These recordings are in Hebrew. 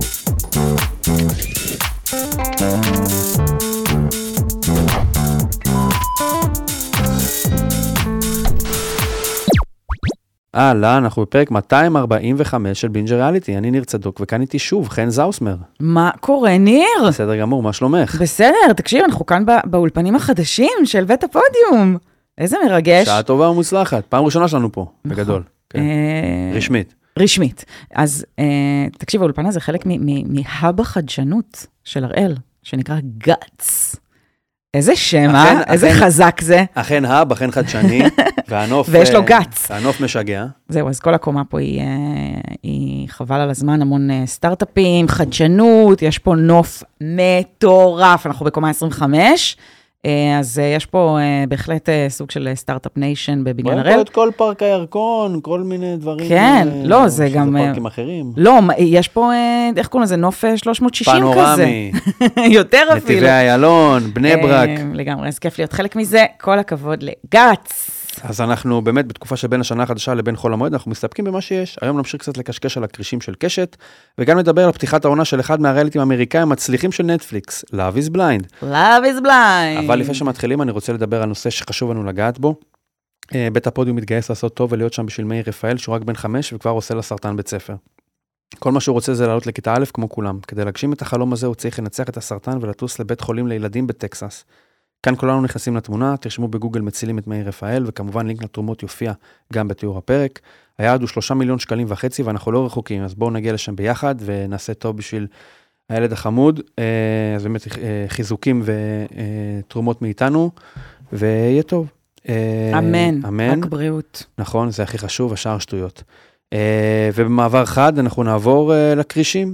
אנחנו בפרק 245 של בינג' ריאליטי, אני ניר צדוק, וכאן איתי שוב, חן זאוסמר. מה קורה, ניר? בסדר גמור, מה שלומך? בסדר, תקשיב, אנחנו כאן באולפנים החדשים של בית הפודיום. איזה מרגש. שעה טובה ומוצלחת, פעם ראשונה שלנו פה, בגדול. רשמית. רשמית. אז תקשיב, האולפן הזה חלק מהאב החדשנות של הראל, שנקרא גאץ. איזה שם, איזה חזק זה. אכן האב, אכן חדשני, והנוף... ויש לו גאץ. והנוף משגע. זהו, אז כל הקומה פה היא חבל על הזמן, המון סטארט-אפים, חדשנות, יש פה נוף מטורף, אנחנו בקומה 25, אז יש פה בהחלט סוג של סטארט-אפ ניישן בבניין הראל. רואים פה את כל פארק הירקון, כל מיני דברים. כן, לא, זה גם... פארקים אחרים. לא, יש פה, איך קוראים לזה, נוף 360 כזה. פנורמי. יותר אפילו. נתיבי איילון, בני ברק. לגמרי, אז כיף להיות חלק מזה, כל הכבוד לגאץ. אז אנחנו באמת בתקופה שבין השנה החדשה לבין חול המועד, אנחנו מסתפקים במה שיש. היום נמשיך קצת לקשקש על הקרישים של קשת, וגם נדבר על פתיחת העונה של אחד מהריאליטים האמריקאים המצליחים של נטפליקס, Love is Blind. Love is Blind. אבל לפני שמתחילים, אני רוצה לדבר על נושא שחשוב לנו לגעת בו. בית הפודיום מתגייס לעשות טוב ולהיות שם בשביל מאיר רפאל, שהוא רק בן 5 וכבר עושה לסרטן בית ספר. כל מה שהוא רוצה זה לעלות לכיתה א' כמו כולם. כדי להגשים את החלום הזה, הוא צריך לנצח את הסרטן ולטוס לבית חולים לילדים בטקסס. כאן כולנו נכנסים לתמונה, תרשמו בגוגל מצילים את מאיר רפאל, וכמובן לינק לתרומות יופיע גם בתיאור הפרק. היעד הוא 3.5 מיליון שקלים, ואנחנו לא רחוקים, אז בואו נגיע לשם ביחד, ונעשה טוב בשביל הילד החמוד. אז באמת חיזוקים ותרומות מאיתנו, ויהיה טוב. אמן, אמן. רק בריאות. נכון, זה הכי חשוב, השאר שטויות. ובמעבר חד אנחנו נעבור לקרישים.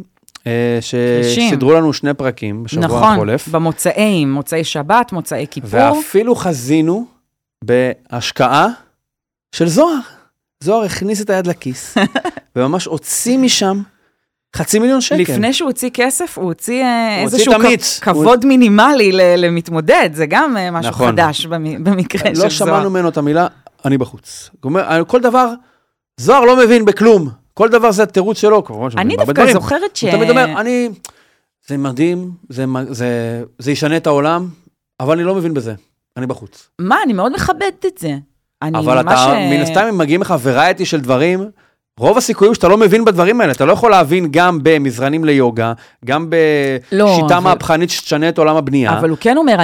שסדרו לנו 2 פרקים בשבוע החולף. נכון, מוצאי שבת, מוצאי כיפור. ואפילו חזינו בהשקעה של זוהר. זוהר הכניס את היד לכיס, וממש הוציא משם 500,000 שקל. לפני שהוא הוציא כסף, הוא הוציא איזשהו כבוד מינימלי למתמודד, זה גם משהו חדש במקרה של זוהר. לא שמענו ממנו את המילה, אני בחוץ. כל דבר, זוהר לא מבין בכלום. כל דבר זה התירוץ שלו. אני דווקא זוכרת ש... הוא תמיד אומר, זה מדהים, זה ישנה את העולם, אבל אני לא מבין בזה. אני בחוץ. מה? אני מאוד מכבדת את זה. אבל אתה, מן הסתם, אם מגיעים לך וראיתי של דברים, רוב הסיכויים שאתה לא מבין בדברים האלה. אתה לא יכול להבין גם במזרנים ליוגה, גם בשיטה מהפכנית שתשנה את עולם הבנייה. אבל הוא כן אומר,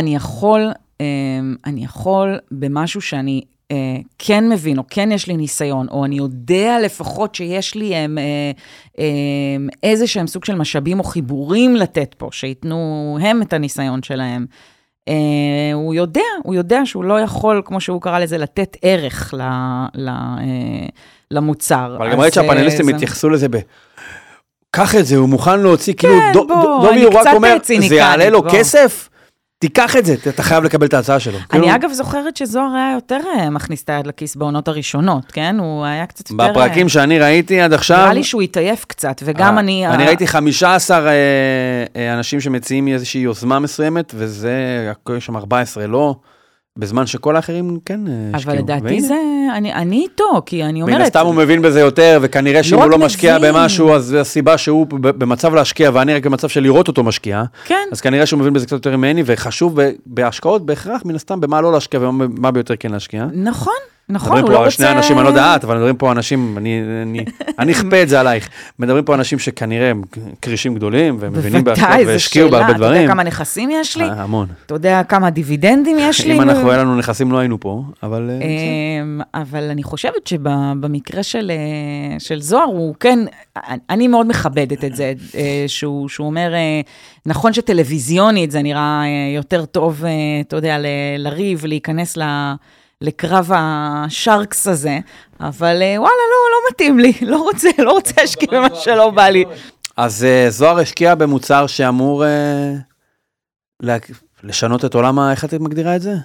אני יכול במשהו שאני... כן מבין, או כן יש לי ניסיון, או אני יודע לפחות שיש לי איזה שהם סוג של משאבים או חיבורים לתת פה, שיתנו הם את הניסיון שלהם. הוא יודע שהוא לא יכול, כמו שהוא קרא לזה, לתת ערך למוצר. אבל גם ראית שהפאנליסטים התייחסו לזה קח את זה, הוא מוכן להוציא, כאילו, דובי הוא רק אומר, זה יעלה לו כסף? תיקח את זה, אתה חייב לקבל את ההצעה שלו. אני אגב זוכרת שזוהר היה יותר מכניס את היד לכיס בעונות הראשונות, כן? הוא היה קצת יותר... בפרקים שאני ראיתי עד עכשיו... נראה לי שהוא התעייף קצת, וגם אני ראיתי 15 אנשים שמציעים איזושהי יוזמה מסוימת, וזה, יש שם 14 לא, בזמן שכל האחרים כן השקיעו. אבל לדעתי זה, אני איתו, כי אני אומרת... מן הסתם הוא מבין בזה יותר, וכנראה שאם הוא לא משקיע במשהו, אז זו הסיבה שהוא במצב להשקיע, ואני רק במצב של לראות אותו משקיע. כן. אז כנראה שהוא מבין בזה קצת יותר ממני, וחשוב בהשקעות בהכרח, מן הסתם, במה לא להשקיע, ומה ביותר כן להשקיע. נכון. מדברים פה שני אנשים, אני לא יודעת, אבל מדברים פה אנשים, אני אכפה את זה עלייך. מדברים פה אנשים שכנראה הם קרישים גדולים, ומבינים בהשקעות והשקיעו בהרבה דברים. אתה יודע כמה נכסים יש לי? המון. אתה יודע כמה דיבידנדים יש לי? אם אנחנו היה לנו נכסים, לא היינו פה, אבל... אבל אני חושבת שבמקרה של זוהר, הוא כן, אני מאוד מכבדת את זה, שהוא אומר, נכון שטלוויזיונית זה נראה יותר טוב, אתה יודע, לריב, להיכנס לקרב השרקס הזה, אבל וואלה, לא מתאים לי, לא רוצה להשקיע במה שלא בא לי. אז זוהר השקיע במוצר שאמור לשנות את עולם, איך את מגדירה את זה?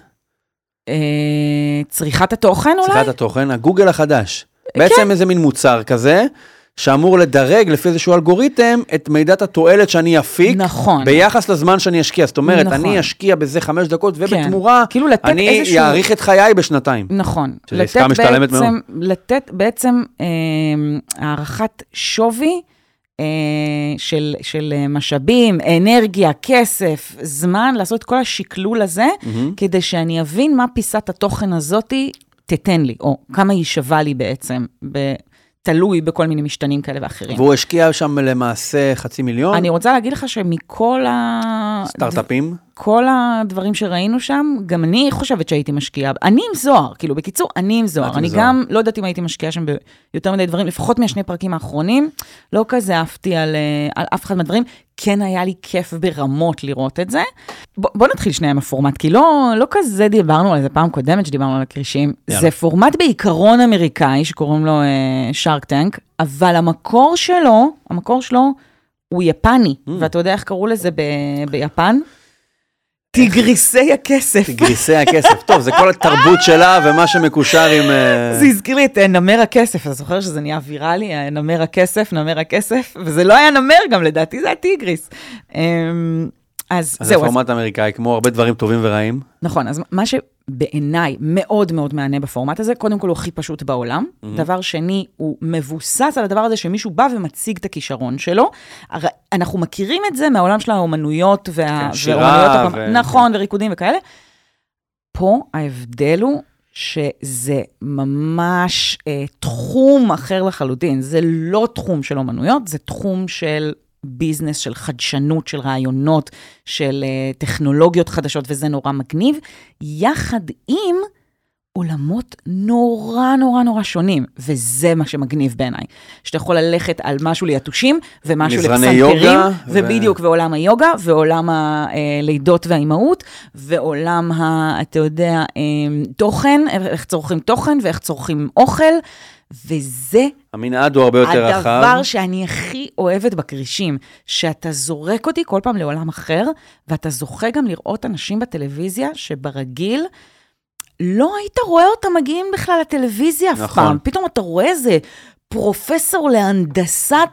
צריכת התוכן אולי? צריכת התוכן, הגוגל החדש. בעצם איזה מין מוצר כזה, שאמור לדרג לפי איזשהו אלגוריתם את מידת התועלת שאני אפיק, נכון. ביחס לזמן שאני אשקיע. זאת אומרת, נכון. אני אשקיע בזה 5 דקות, ובתמורה, כאילו אני יעריך את חיי בשנתיים. נכון. שזה עסקה משתלמת מאוד. לתת בעצם הערכת שווי, של משאבים, אנרגיה, כסף, זמן, לעשות כל השקלול הזה, כדי שאני אבין מה פיסת התוכן הזאת תתן לי, או כמה היא שווה לי בעצם, תלוי בכל מיני משתנים כאלה ואחרים. והוא השקיע שם למעשה 500,000? אני רוצה להגיד לך שמכל סטארט-אפים? כל הדברים שראינו שם, גם אני חושבת שהייתי משקיעה. אני עם זוהר, כאילו, בקיצור, אני עם זוהר. אני גם לא יודעת אם הייתי משקיעה שם ביותר מדי דברים, לפחות מהשני פרקים האחרונים, לא כזה אהבתי על אף אחד מהדברים, כן היה לי כיף ברמות לראות את זה. בוא נתחיל שנייה עם הפורמט, כי לא כזה דיברנו על זה פעם קודמת שדיברנו על הקרישים. זה פורמט בעיקרון אמריקאי, שקוראים לו שרק טנק, אבל המקור שלו הוא יפני, ואתה יודע איך קראו לזה ביפן? תיגריסי הכסף. תיגריסי הכסף. טוב, זה כל התרבות שלה ומה שמקושר עם... זה הזכיר לי את נמר הכסף, אתה זוכר שזה נהיה ויראלי, נמר הכסף, וזה לא היה נמר גם, לדעתי זה היה תיגריס. אז זה פורמט אמריקאי, כמו הרבה דברים טובים ורעים. נכון, אז מה שבעיניי מאוד מאוד מענה בפורמט הזה, קודם כל הוא הכי פשוט בעולם. דבר שני, הוא מבוסס על הדבר הזה שמישהו בא ומציג את הכישרון שלו. אנחנו מכירים את זה מהעולם של האומנויות שירה. נכון, וריקודים וכאלה. פה ההבדל הוא שזה ממש תחום אחר לחלוטין. זה לא תחום של אומנויות, זה תחום של ביזנס, של חדשנות, של רעיונות, של טכנולוגיות חדשות, וזה נורא מגניב, יחד עם עולמות נורא נורא נורא שונים, וזה מה שמגניב בעיניי. שאתה יכול ללכת על משהו ליתושים, ומשהו לפסנתרים, ובדיוק, ועולם היוגה, ועולם הלידות והאימהות, ועולם, אתה יודע, תוכן, איך צורכים תוכן, ואיך צורכים אוכל, וזה המנעד הוא הרבה יותר רחב. הדבר שאני הכי אוהבת בקרישים, שאתה זורק אותי כל פעם לעולם אחר, ואתה זוכה גם לראות אנשים בטלוויזיה שברגיל, לא היית רואה אותם מגיעים בכלל לטלוויזיה אף פעם. פתאום אתה רואה איזה פרופסור להנדסת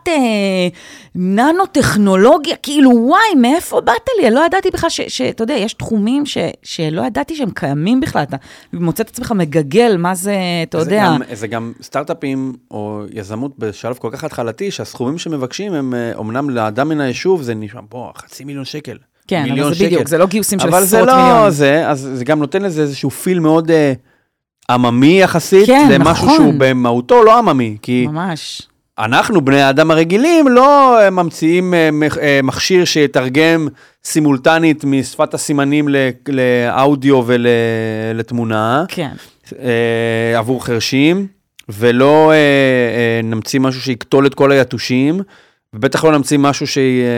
ננו-טכנולוגיה, כאילו וואי, מאיפה באת לי? אני לא ידעתי בכלל שאתה יודע, יש תחומים שלא ידעתי שהם קיימים בכלל, אתה מוצא את עצמך מגגל, מה זה, אתה יודע. זה גם סטארט-אפים או יזמות בשלב כל כך התחלתי, שהסכומים שמבקשים הם אומנם לאדם מן היישוב, זה נשמע, בוא, 500,000 שקל. כן, אבל זה בדיוק, זה לא גיוסים של עשרות מיליון. אבל זה לא, אז זה גם נותן לזה איזשהו פיל מאוד עממי יחסית, זה משהו שהוא במהותו לא עממי, כי אנחנו, בני האדם הרגילים, לא ממציאים מכשיר שיתרגם סימולטנית משפת הסימנים לאודיו ולתמונה, עבור חרשים, ולא נמציא משהו שיקטול את כל היתושים, ובטח לא נמציא משהו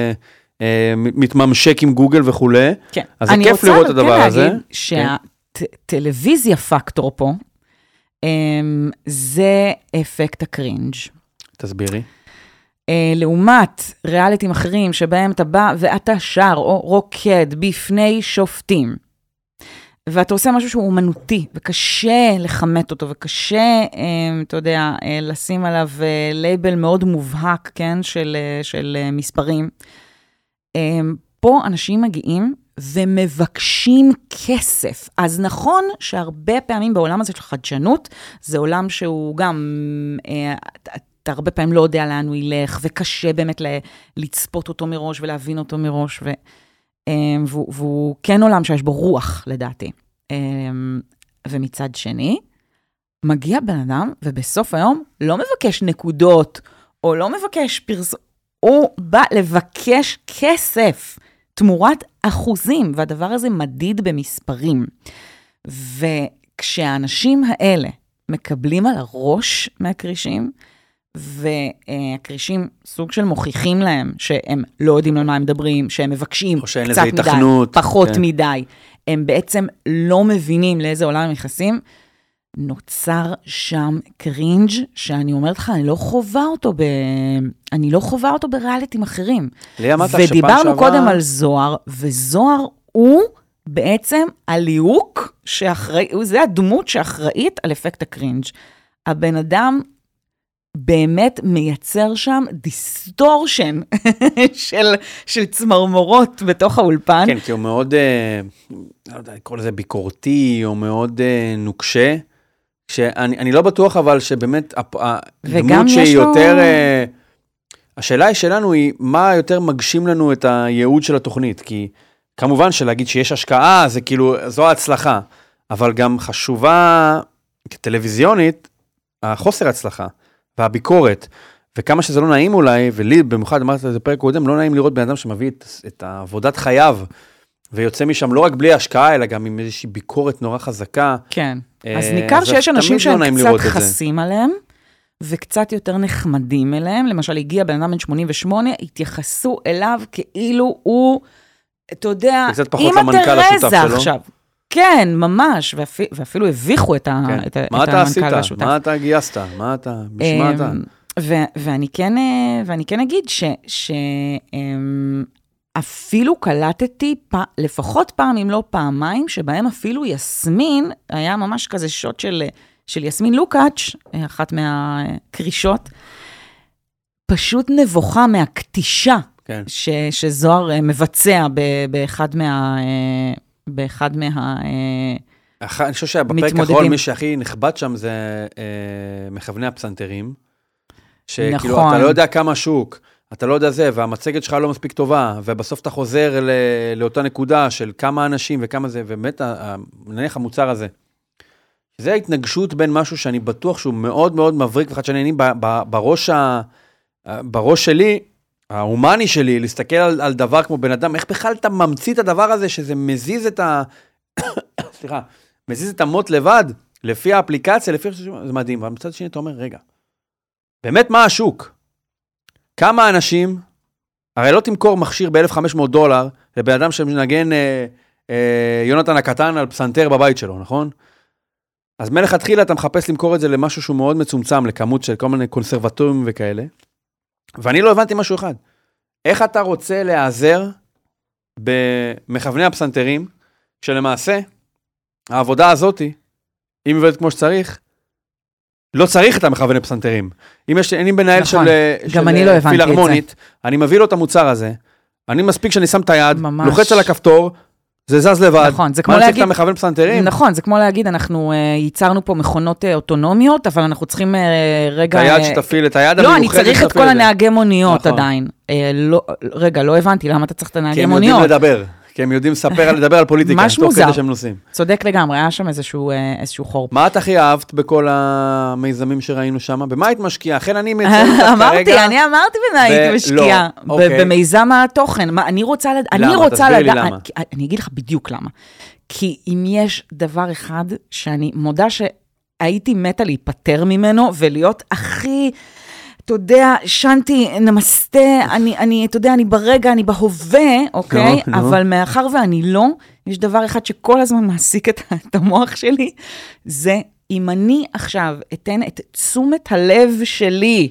מתממשק עם גוגל וכו'. כן. אז זה כיף לראות את הדבר הזה. אני רוצה להגיד שהטלוויזיה פקטור פה, זה אפקט הקרינג'. תסבירי. לעומת ריאליטים אחרים שבהם אתה בא ואתה שר או רוקד בפני שופטים, ואתה עושה משהו שהוא אומנותי, וקשה לחמת אותו, וקשה, אתה יודע, לשים עליו לייבל מאוד מובהק, כן, של מספרים. פה אנשים מגיעים ומבקשים כסף. אז נכון שהרבה פעמים בעולם הזה של חדשנות, זה עולם שהוא גם, אתה הרבה פעמים לא יודע לאן הוא ילך, וקשה באמת לצפות אותו מראש ולהבין אותו מראש, והוא כן עולם שיש בו רוח, לדעתי. ומצד שני, מגיע בן אדם, ובסוף היום לא מבקש נקודות, או לא מבקש הוא בא לבקש כסף, תמורת אחוזים, והדבר הזה מדיד במספרים. וכשהאנשים האלה מקבלים על הראש מהקרישים, והקרישים סוג של מוכיחים להם שהם לא יודעים על מה הם מדברים, שהם מבקשים קצת מדי, פחות מדי, הם בעצם לא מבינים לאיזה עולם הם נכנסים, נוצר שם קרינג' שאני אומרת לך, אני לא חובה אותו בריאליטים אחרים. ודיברנו קודם על זוהר, וזוהר הוא בעצם הליהוק שאחראי, זה הדמות שאחראית על אפקט הקרינג'. הבן אדם באמת מייצר שם דיסטורשן של צמרמורות בתוך האולפן. כן, כי הוא מאוד, לא יודע, לקרוא לזה ביקורתי, או מאוד נוקשה, שאני לא בטוח אבל שבאמת הדמות שהיא יותר השאלה שלנו היא, מה יותר מגשים לנו את הייעוד של התוכנית? כי כמובן שלהגיד שיש השקעה, זה כאילו, זו ההצלחה, אבל גם חשובה כטלוויזיונית, החוסר הצלחה והביקורת, וכמה שזה לא נעים אולי, ולי במיוחד אמרת את זה פרק קודם, לא נעים לראות בן אדם שמביא את עבודת חייו, ויוצא משם לא רק בלי השקעה, אלא גם עם איזושהי ביקורת נורא חזקה. כן, אז ניכר שיש אנשים שהם קצת חסים עליהם, וקצת יותר נחמדים אליהם, למשל הגיע בן אדם בן 88, התייחסו אליו כאילו הוא, אתה יודע, אם התרזה עכשיו. כן, ממש, ואפילו הביכו את המנכ"ל השותף. מה אתה עשית? מה אתה גייסת? מה אתה? בשמה אתה? ואני כן אגיד שאפילו קלטתי לפחות פעם, אם לא פעמיים, שבהם אפילו יסמין, היה ממש כזה שוט של יסמין לוקאץ', אחת מהקרישות, פשוט נבוכה מהקטישה, כן. שזוהר מבצע באחד אני חושב שבפרק האחרון מי שהכי נכבד שם זה מכווני הפסנתרים, שכאילו אתה לא יודע כמה שוק, אתה לא יודע זה, והמצגת שלך לא מספיק טובה, ובסוף אתה חוזר לאותה נקודה של כמה אנשים וכמה זה, ובאמת נניח המוצר הזה. זה ההתנגשות בין משהו שאני בטוח שהוא מאוד מאוד מבריק, ואחד שאני בראש שלי, ההומני שלי, להסתכל על דבר כמו בן אדם, איך בכלל אתה ממציא את הדבר הזה, שזה מזיז את סליחה, מזיז את המוט לבד, לפי האפליקציה, זה מדהים, והמצד שני אתה אומר, רגע, באמת מה השוק? כמה אנשים, הרי לא תמכור מכשיר $1,500 לבן אדם שמנגן יונתן הקטן על פסנתר בבית שלו, נכון? אז מלכתחילה אתה מחפש למכור את זה למשהו שהוא מאוד מצומצם, לכמות של כל מיני קונסרבטורים וכאלה, ואני לא הבנתי משהו אחד. איך אתה רוצה להיעזר במכווני הפסנתרים, שלמעשה, העבודה הזאת, אם עובדת כמו שצריך, לא צריך את המכווני פסנתרים. אם אני מנהל של פילהרמונית, אני מביא לו את המוצר הזה, אני מספיק שאני שם את היד, לוחץ על הכפתור, זה זז לבד. נכון, זה כמו להגיד, מכוון פסנתרים. נכון, זה כמו להגיד, אנחנו ייצרנו פה מכונות אוטונומיות, אבל אנחנו צריכים רגע... את היד שתפעיל, את היד המיוחדת. לא, אני צריך את כל הנהגי מוניות עדיין. רגע, לא הבנתי למה אתה צריך את הנהגי מוניות. כי הם יודעים לדבר. כי הם יודעים לדבר על פוליטיקה, תוך כדי שהם נוסעים. צודק לגמרי, היה שם איזשהו חור. מה את הכי אהבת בכל המיזמים שראינו שם? במה היית משקיעה? אכן אני מצאת כרגע... אני אמרתי במה הייתי משקיעה. במיזם התוכן. אני רוצה לדעת... אני אגיד לך בדיוק למה. כי אם יש דבר אחד שאני מודה שהייתי מתה להיפטר ממנו, ולהיות הכי... אתה יודע, שנתי, נמסתה, אתה יודע, אני ברגע, אני בהווה, אוקיי? אבל מאחר ואני לא, יש דבר אחד שכל הזמן מעסיק את המוח שלי, זה אם אני עכשיו אתן את תשומת הלב שלי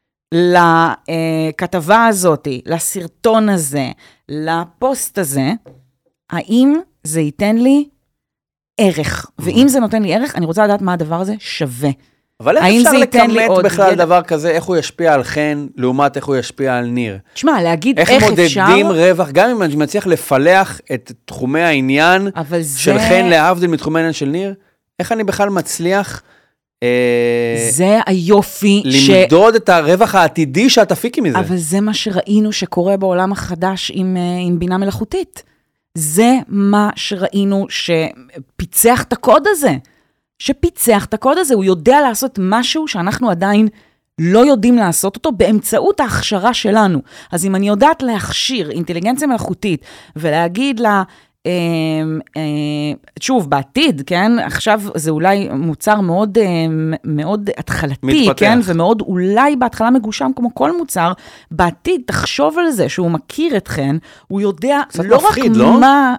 לכתבה הזאת, לסרטון הזה, לפוסט הזה, האם זה ייתן לי ערך? ואם זה נותן לי ערך, אני רוצה לדעת מה הדבר הזה שווה. אבל איך אפשר לכמת בכלל דבר כזה, איך הוא ישפיע על חן, לעומת איך הוא ישפיע על ניר? תשמע, להגיד איך אפשר... איך מודדים רווח, גם אם אני מצליח לפלח את תחומי העניין של חן להבדיל מתחומי העניין של ניר, איך אני בכלל מצליח... זה היופי למדוד את הרווח העתידי שאת תפיקי מזה. אבל זה מה שראינו שקורה בעולם החדש עם בינה מלאכותית. זה מה שראינו שפיצח את הקוד הזה. שפיצח את הקוד הזה, הוא יודע לעשות משהו שאנחנו עדיין לא יודעים לעשות אותו באמצעות ההכשרה שלנו. אז אם אני יודעת להכשיר אינטליגנציה מלאכותית ולהגיד לה, שוב, בעתיד, כן? עכשיו זה אולי מוצר מאוד, מאוד התחלתי, מתפתח. כן? ומאוד אולי בהתחלה מגושם כמו כל מוצר, בעתיד תחשוב על זה שהוא מכיר אתכן, הוא יודע לא מפחיד, רק לא? מה...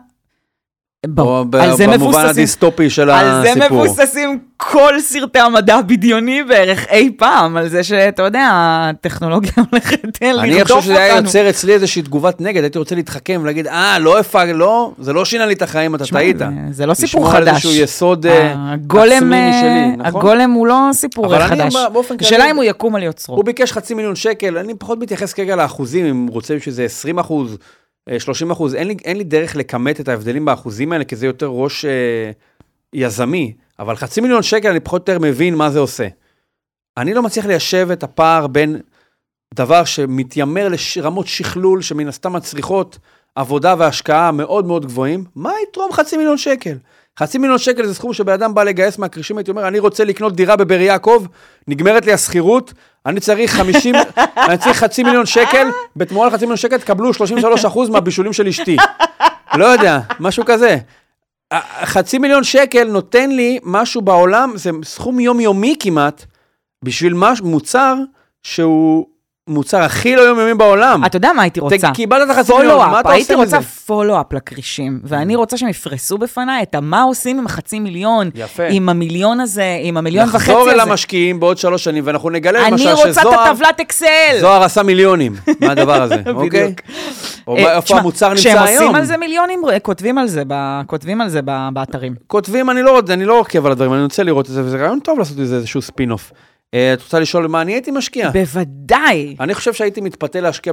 במובן הדיסטופי של הסיפור. על זה מבוססים כל סרטי המדע הבדיוני בערך אי פעם, על זה שאתה יודע, הטכנולוגיה הולכת לרדוף אותנו. אני חושב שזה היה יוצר אצלי איזושהי תגובת נגד, הייתי רוצה להתחכם ולהגיד, לא, זה לא שינה לי את את אתה טעית. זה לא סיפור חדש. לשמוע על איזשהו יסוד עצמי משלי, נכון? הגולם הוא לא סיפור חדש. השאלה אם הוא יקום על יוצרו. הוא ביקש $500,000, אני פחות מתייחס כרגע לאחוזים, אם רוצה שזה 20%, 30%, אין לי דרך לכמת את ההבדלים באחוזים האלה, כי זה יותר ראש יזמי, אבל $500,000 אני פחות יותר מבין מה זה עושה. אני לא מצליח ליישב את הפער בין דבר שמתיימר לרמות שכלול, שמן הסתם מצריכות עבודה והשקעה מאוד מאוד גבוהים, מה יתרום 500,000 שקל? 500,000 שקל זה סכום שבאדם בא לגייס מהקרישים, הייתי אומר, אני רוצה לקנות דירה בבאר יעקב, נגמרת לי השכירות, אני צריך 500,000 שקל, בתמורה ל500,000 שקל, תקבלו 33% מהבישולים של אשתי. לא יודע, משהו כזה. 500,000 שקל נותן לי משהו בעולם, זה סכום יומיומי כמעט, בשביל מוצר שהוא מוצר הכי לא יומיומי בעולם. אתה יודע מה הייתי רוצה? קיבלת את 500,000, מה אתה עושה הייתי מזה? רוצה פולו-אפ לקרישים, ואני רוצה שהם יפרסו בפניי את מה עושים עם 500,000, יפה. עם המיליון הזה, עם המיליון וחצי הזה. נחזור אל המשקיעים בעוד 3 שנים, ואנחנו נגלה למשל אני רוצה את הטבלת אקסל. זוהר עשה מיליונים מהדבר הזה, אוקיי? או איפה המוצר נמצא היום. כשהם עושים על זה מיליונים, כותבים על זה באתרים. כותבים, אני לא עוקב על הדברים, אני רוצה לראות את זה, וזה רעיון טוב לעשות איזשהו ספין-אוף. את רוצה לשאול מה אני הייתי משקיע? בוודאי. אני חושב שהייתי מתפתה להשקיע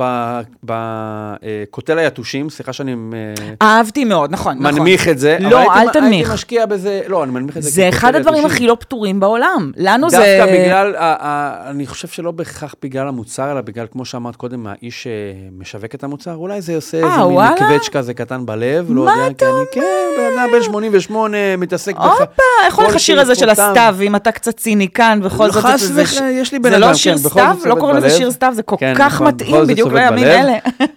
בקוטל היתושים, סליחה שאני אהבתי מאוד, נכון. מנמיך את זה. לא, אל תנמיך. הייתי משקיע בזה, לא, אני מנמיך את זה. זה אחד הדברים הכי לא פתורים בעולם. לנו זה... דווקא בגלל, אני חושב שלא בהכרח בגלל המוצר, אלא בגלל, כמו שאמרת קודם, האיש משווק את המוצר, אולי זה עושה איזה מין קווץ' כזה קטן בלב, לא יודע, כי אני, כן, בן 88, מתעסק בך. הופה, איך הולך השיר הזה של הסתיו, אם אתה קצת ציניקן, בכל זאת יש לי בן זה אדם, לא שיר סתיו, לא קוראים לזה שיר סתיו, זה כל כך מתאים בדיוק לימים אלה.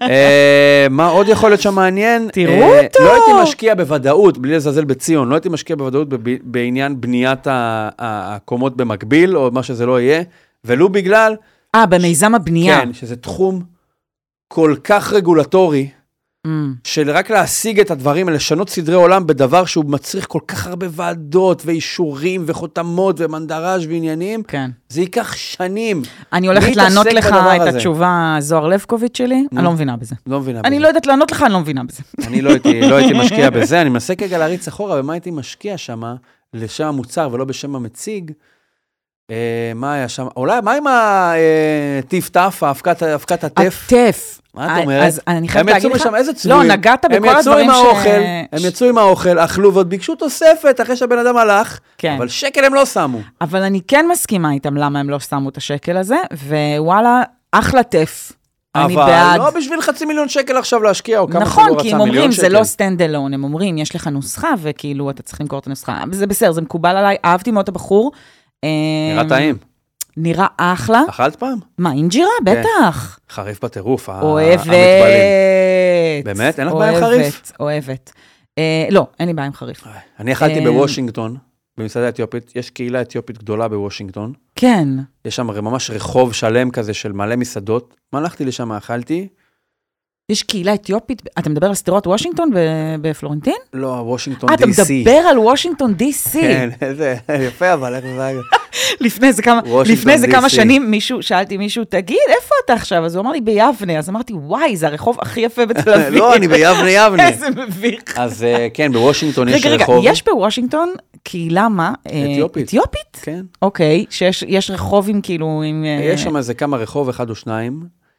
מה עוד יכול להיות שם מעניין? תראו אותו. לא הייתי משקיע בוודאות, בלי לזלזל בציון, לא הייתי משקיע בוודאות בעניין בניית הקומות במקביל, או מה שזה לא יהיה, ולו בגלל... במיזם הבנייה. כן, שזה תחום כל כך רגולטורי, של רק להשיג את הדברים, לשנות סדרי עולם בדבר שהוא מצריך כל כך הרבה ועדות ואישורים וחותמות ומנדראז' ועניינים, כן. זה ייקח שנים. אני הולכת לענות לך את התשובה זוהר לבקוביץ' שלי, אני לא מבינה בזה. לא מבינה בזה. אני לא יודעת לענות לך, אני לא מבינה בזה. אני לא הייתי משקיע בזה, אני מנסה כרגע להריץ אחורה, ומה הייתי משקיע שם, לשם המוצר ולא בשם המציג, מה היה שם? אולי, מה עם הטיף-טף, האבקת הטף? הטף. מה את אומרת? אז אני חייבת להגיד לך... איזה צבועים. לא, נגעת בכל הדברים הם יצאו עם האוכל, אכלו ועוד ביקשו תוספת אחרי שהבן אדם הלך, אבל שקל הם לא שמו. אבל אני כן מסכימה איתם למה הם לא שמו את השקל הזה, ווואלה, אחלה טף. אני בעד. אבל לא בשביל 500,000 שקל עכשיו להשקיע, או כמה נכון, שלא כי רצה הם אומרים, מיליון זה שקל. לא סטנד אלון, הם אומרים, יש לך נוסחה, וכאילו אתה צריך למכור את הנוסחה. זה בסדר, זה מקובל עליי, אהבתי מאוד את הבחור. נראה טעים. נראה אחלה. אכלת פעם? מה, אינג'ירה? בטח. חריף בטירוף, אוהבת. באמת? אין לך בעיה עם חריף? אוהבת. לא, אין לי בעיה עם חריף. אני אכלתי בוושינגטון, במסעדה אתיופית, יש קהילה אתיופית גדולה בוושינגטון. כן. יש שם ממש רחוב שלם כזה של מלא מסעדות. מה הלכתי לשם, אכלתי? יש קהילה אתיופית, אתה מדבר על סדרות וושינגטון בפלורנטין? לא, וושינגטון DC. אתה מדבר על וושינגטון DC. כן, איזה יפה, אבל איך זה... לפני זה כמה שנים שאלתי מישהו, תגיד, איפה אתה עכשיו? אז הוא אמר לי, ביבנה. אז אמרתי, וואי, זה הרחוב הכי יפה בתל אביב. לא, אני ביבנה. איזה מביך. אז כן, בוושינגטון יש רחוב. רגע, יש בוושינגטון קהילה מה? אתיופית. אתיופית? כן. אוקיי, שיש רחוב עם כאילו... יש שם איזה כמה רחוב, 1 או 2,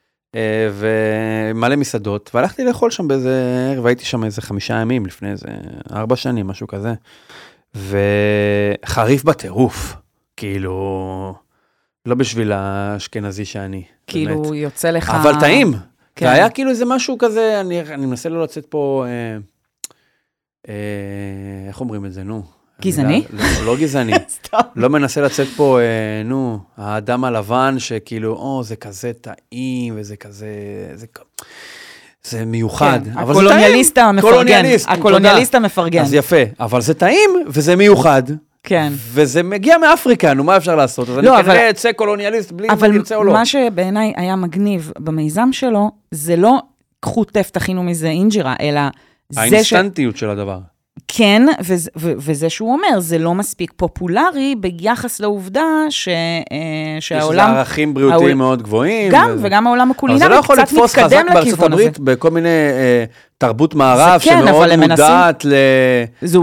ומלא מסעדות, והלכתי לאכול שם באיזה ערב, והייתי שם איזה 5 ימים לפני איזה 4 שנים, משהו כזה, וחריף בטירוף, כאילו, לא בשביל האשכנזי שאני, כאילו, באמת. יוצא לך... אבל טעים, כן. והיה כאילו איזה משהו כזה, אני מנסה לא לצאת פה, איך אומרים את זה, נו? גזעני? לא גזעני. לא מנסה לצאת פה, האדם הלבן שכאילו, זה כזה טעים, וזה כזה, זה מיוחד. הקולוניאליסט המפרגן. הקולוניאליסט המפרגן. אז יפה, אבל זה טעים, וזה מיוחד. כן. וזה מגיע מאפריקה, נו, מה אפשר לעשות? אז אני כנראה אצא קולוניאליסט בלי אם אני ארצה או לא. אבל מה שבעיניי היה מגניב במיזם שלו, זה לא, קחו טף, תכינו מזה אינג'ירה, אלא זה האינסטנטיות של הדבר. כן, וזה שהוא אומר, זה לא מספיק פופולרי ביחס לעובדה שהעולם... יש לזה ערכים בריאותיים מאוד גבוהים. גם, וגם העולם הקולינרי קצת מתקדם לכיוון הזה. זה לא יכול לתפוס חזק בארצות הברית, בכל מיני תרבות מערב, שמאוד מודעת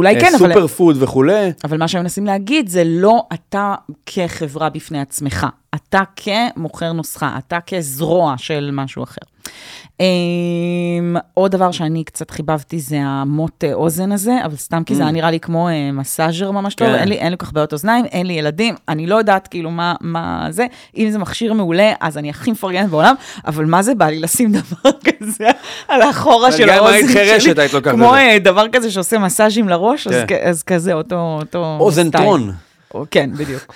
לסופר פוד וכו'. אבל מה שהם מנסים להגיד, זה לא אתה כחברה בפני עצמך. אתה כמוכר נוסחה, אתה כזרוע של משהו אחר. עוד דבר שאני קצת חיבבתי זה המוט אוזן הזה, אבל סתם כי זה נראה לי כמו מסאז'ר ממש טוב, אין לי כך בעיות אוזניים, אין לי ילדים, אני לא יודעת כאילו מה זה, אם זה מכשיר מעולה, אז אני הכי מפרגנת בעולם, אבל מה זה בא לי לשים דבר כזה על האחורה של האוזן שלי, כמו דבר כזה שעושה מסאז'ים לראש, אז כזה אותו אוזן טרון. כן, בדיוק.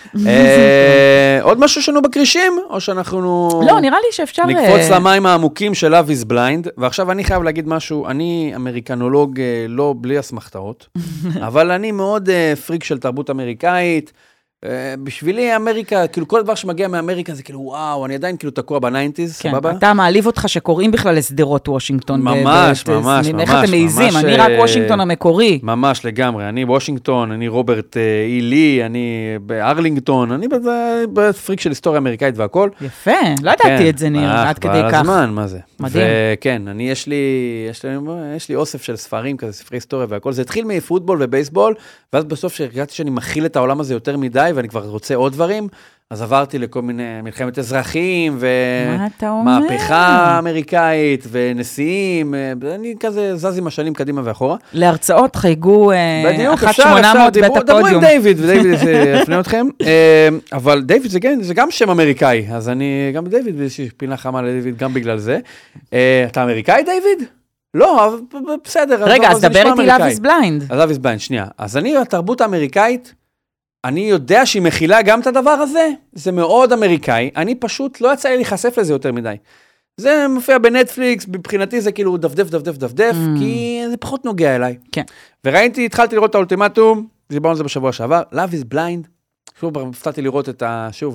עוד משהו שלנו בקרישים, או שאנחנו... לא, נראה לי שאפשר... נקפוץ למים העמוקים של Love is Blind, ועכשיו אני חייב להגיד משהו, אני אמריקנולוג לא בלי אסמכתאות, אבל אני מאוד פריק של תרבות אמריקאית, בשבילי אמריקה, כאילו כל דבר שמגיע מאמריקה זה כאילו וואו, אני עדיין כאילו תקוע ב-90s, סבבה? אתה מעליב אותך שקוראים בכלל לסדרות וושינגטון. ממש. איך אתם מעיזים? אני רק וושינגטון המקורי. ממש לגמרי, אני וושינגטון, אני רוברט אילי, אני בארלינגטון, אני בפריק של היסטוריה אמריקאית והכל. יפה, לא ידעתי את זה ניר, עד כדי כך. הזמן, מה זה? מדהים. וכן, יש לי אוסף של ספרים כזה, ספרי היסטוריה והכל, זה התחיל מפוטבול ובייסבול, ואז בסוף שהרגעתי שאני מכיל את העולם הזה יותר מדי, ואני כבר רוצה עוד דברים, אז עברתי לכל מיני מלחמת אזרחים, ומהפכה אמריקאית, ונשיאים, אני כזה זז עם השנים קדימה ואחורה. להרצאות חייגו 1-800 בית הפודיום. דברו עם דיוויד, ודייוויד יפנה אתכם, אבל דיוויד זה גם שם אמריקאי, אז אני גם דיוויד, באיזושהי פינה חמה לדיוויד גם בגלל זה. אתה אמריקאי דיוויד? לא, בסדר. רגע, אז דבר איתי Love is Blind. Love is Blind, שנייה. אז אני, התרבות האמריקאית, אני יודע שהיא מכילה גם את הדבר הזה, זה מאוד אמריקאי, אני פשוט לא יצא לי להיחשף לזה יותר מדי. זה מופיע בנטפליקס, מבחינתי זה כאילו דפדף, כי זה פחות נוגע אליי. כן. וראיתי, התחלתי לראות את האולטימטום, דיברנו על זה בשבוע שעבר, Love is Blind, שוב, הפתעתי לראות את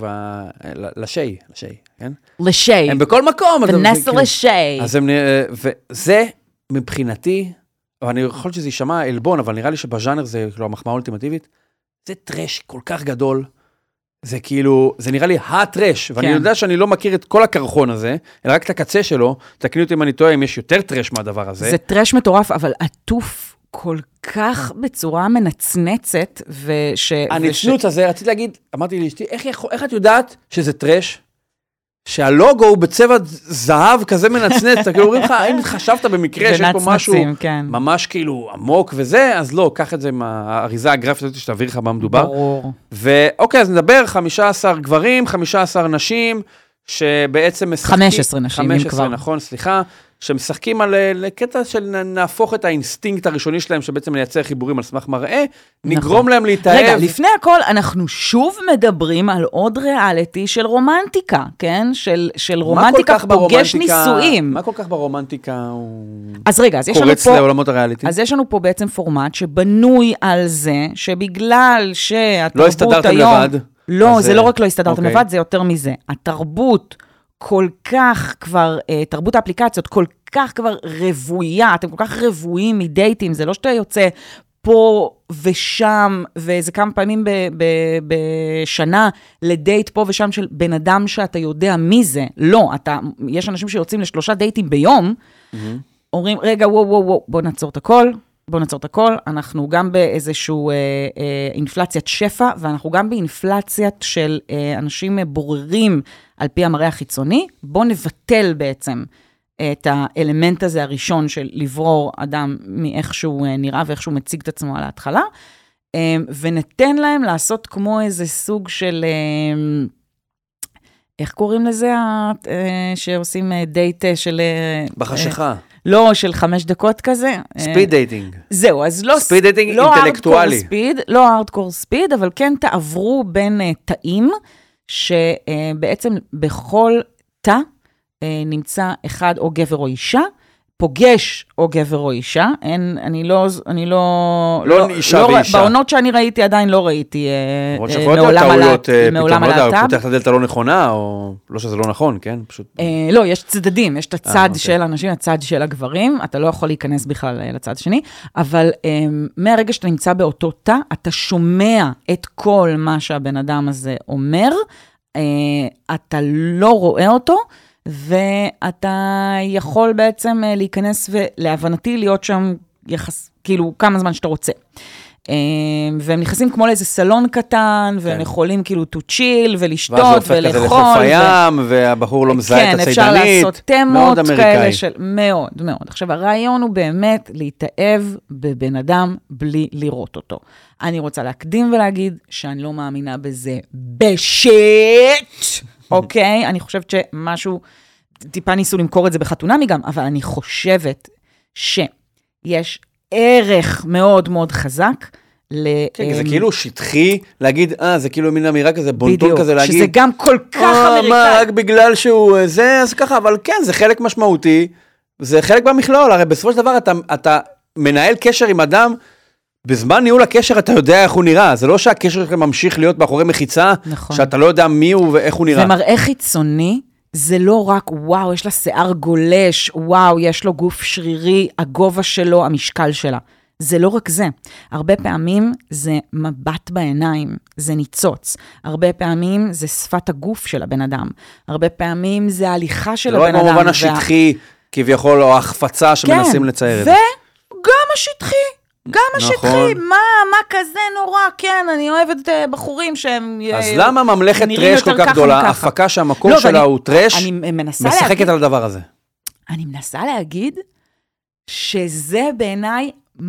לשי, כן? לשי. הם בכל מקום. ונסה לשי. אז הם, וזה מבחינתי, אני יכול שזה יישמע אלבון, אבל נראה לי שבז'אנר זה כאילו המחמאה האולטימטיבית, זה טרש כל כך גדול, זה כאילו, זה נראה לי הטרש, ואני יודע שאני לא מכיר את כל הקרחון הזה, אלא רק את הקצה שלו, תקני אותי אם אני טועה, אם יש יותר טרש מהדבר הזה. זה טרש מטורף, אבל עטוף כל כך בצורה מנצנצת, הנצנות הזה, רציתי להגיד, אמרתי לאשתי, איך את יודעת שזה טרש? שהלוגו הוא בצבע זהב כזה מנצנץ, אתה כאילו אומרים לך, האם חשבת במקרה שיש פה משהו ממש כאילו עמוק וזה, אז לא, קח את זה מהאריזה הגרפית הזאת שתעביר לך מה מדובר. ברור. ואוקיי, אז נדבר 15 גברים, 15 נשים, שבעצם משחקים... 15 נשים, אם כבר. 15, נכון, סליחה. שמשחקים על לקטע של נהפוך את האינסטינקט הראשוני שלהם, שבעצם לייצר חיבורים על סמך מראה, נגרום להם להתאהב. רגע, לפני הכל, אנחנו שוב מדברים על עוד ריאליטי של רומנטיקה, כן? של רומנטיקה פוגש נישואים. מה כל כך ברומנטיקה הוא... אז רגע, אז יש לנו קורץ לעולמות הריאליטי? אז יש לנו פה בעצם פורמט שבנוי על זה, שבגלל שהתרבות לא הסתדרתם לבד. לא, זה לא רק לא הסתדרתם לבד, זה יותר מזה. התרבות כל כך כבר, תרבות האפליקציות כל כך כבר רבויה, אתם כל כך רבויים מדייטים, זה לא שאתה יוצא פה ושם, וזה כמה פעמים בשנה, לדייט פה ושם של בן אדם שאתה יודע מי זה. לא, יש אנשים שיוצאים ל3 דייטים ביום, אומרים, רגע, וואו, בוא נעצור את הכל, אנחנו גם באיזשהו אינפלציית שפע, ואנחנו גם באינפלציית של אנשים בוררים על פי המראה החיצוני, בוא נבטל בעצם את האלמנט הזה הראשון של לברור אדם מאיך שהוא נראה ואיך שהוא מציג את עצמו על ההתחלה, ונתן להם לעשות כמו איזה סוג של, איך קוראים לזה, שעושים דייט של... בחשיכה. לא, של 5 דקות כזה. ספיד דייטינג. זהו, אז לא... ספיד דייטינג אינטלקטואלי. לא הארדקור ספיד, אבל כן תעברו בין תאים, שבעצם בכל תא נמצא אחד או גבר או אישה, פוגש או גבר או אישה, אני לא אישה ואישה. בעונות שאני ראיתי, עדיין לא ראיתי מעולם הלהט"ב. פותח את הדלת הלא נכונה, או לא שזה לא נכון, כן? לא, יש צדדים, יש את הצד של האנשים, הצד של הגברים, אתה לא יכול להיכנס בכלל לצד שני, אבל מהרגע שאתה נמצא באותו תא, אתה שומע את כל מה שהבן אדם הזה אומר, אתה לא רואה אותו, ואתה יכול בעצם להיכנס ולהבנתי להיות שם כאילו כמה זמן שאתה רוצה. והם נכנסים כמו לאיזה סלון קטן, והם יכולים כאילו to chill ולשתות ולאכול. ואז זה הופך כזה לחוף הים, והבחור לא מזהה את הצידנית. כן, אפשר לעשות תמות כאלה של... מאוד, מאוד. עכשיו, הרעיון הוא באמת להתאהב בבן אדם בלי לראות אותו. אני רוצה להקדים ולהגיד שאני לא מאמינה בזה בשיט, אוקיי? אני חושבת שמשהו, טיפה ניסו למכור את זה בחתונמי גם, אבל אני חושבת שיש ערך מאוד מאוד חזק, כן, זה כאילו שטחי, להגיד, זה כאילו מין אמירה כזה, בונטון כזה להגיד, שזה גם כל כך אמריקאי. מה, רק בגלל שהוא זה, אז ככה, אבל כן, זה חלק משמעותי, זה חלק במכלול, הרי בסופו של דבר אתה מנהל קשר עם אדם, בזמן ניהול הקשר אתה יודע איך הוא נראה, זה לא שהקשר שלך ממשיך להיות מאחורי מחיצה, נכון. שאתה לא יודע מי הוא ואיך הוא נראה. ומראה חיצוני, זה לא רק, וואו, יש לה שיער גולש, וואו, יש לו גוף שרירי, הגובה שלו, המשקל שלה. זה לא רק זה. הרבה פעמים זה מבט בעיניים, זה ניצוץ. הרבה פעמים זה שפת הגוף של הבן אדם. הרבה פעמים זה ההליכה של הבן אדם. זה לא במובן השטחי, כביכול, או החפצה שמנסים לצייר את זה. וגם השטחי. גם השטחי, מה כזה נורא, כן, אני אוהבת בחורים שהם... אז למה ממלכת טרש כל כך גדולה, הפקה שהמקור שלה הוא טרש, משחקת על הדבר הזה? אני מנסה להגיד שזה בעיניי,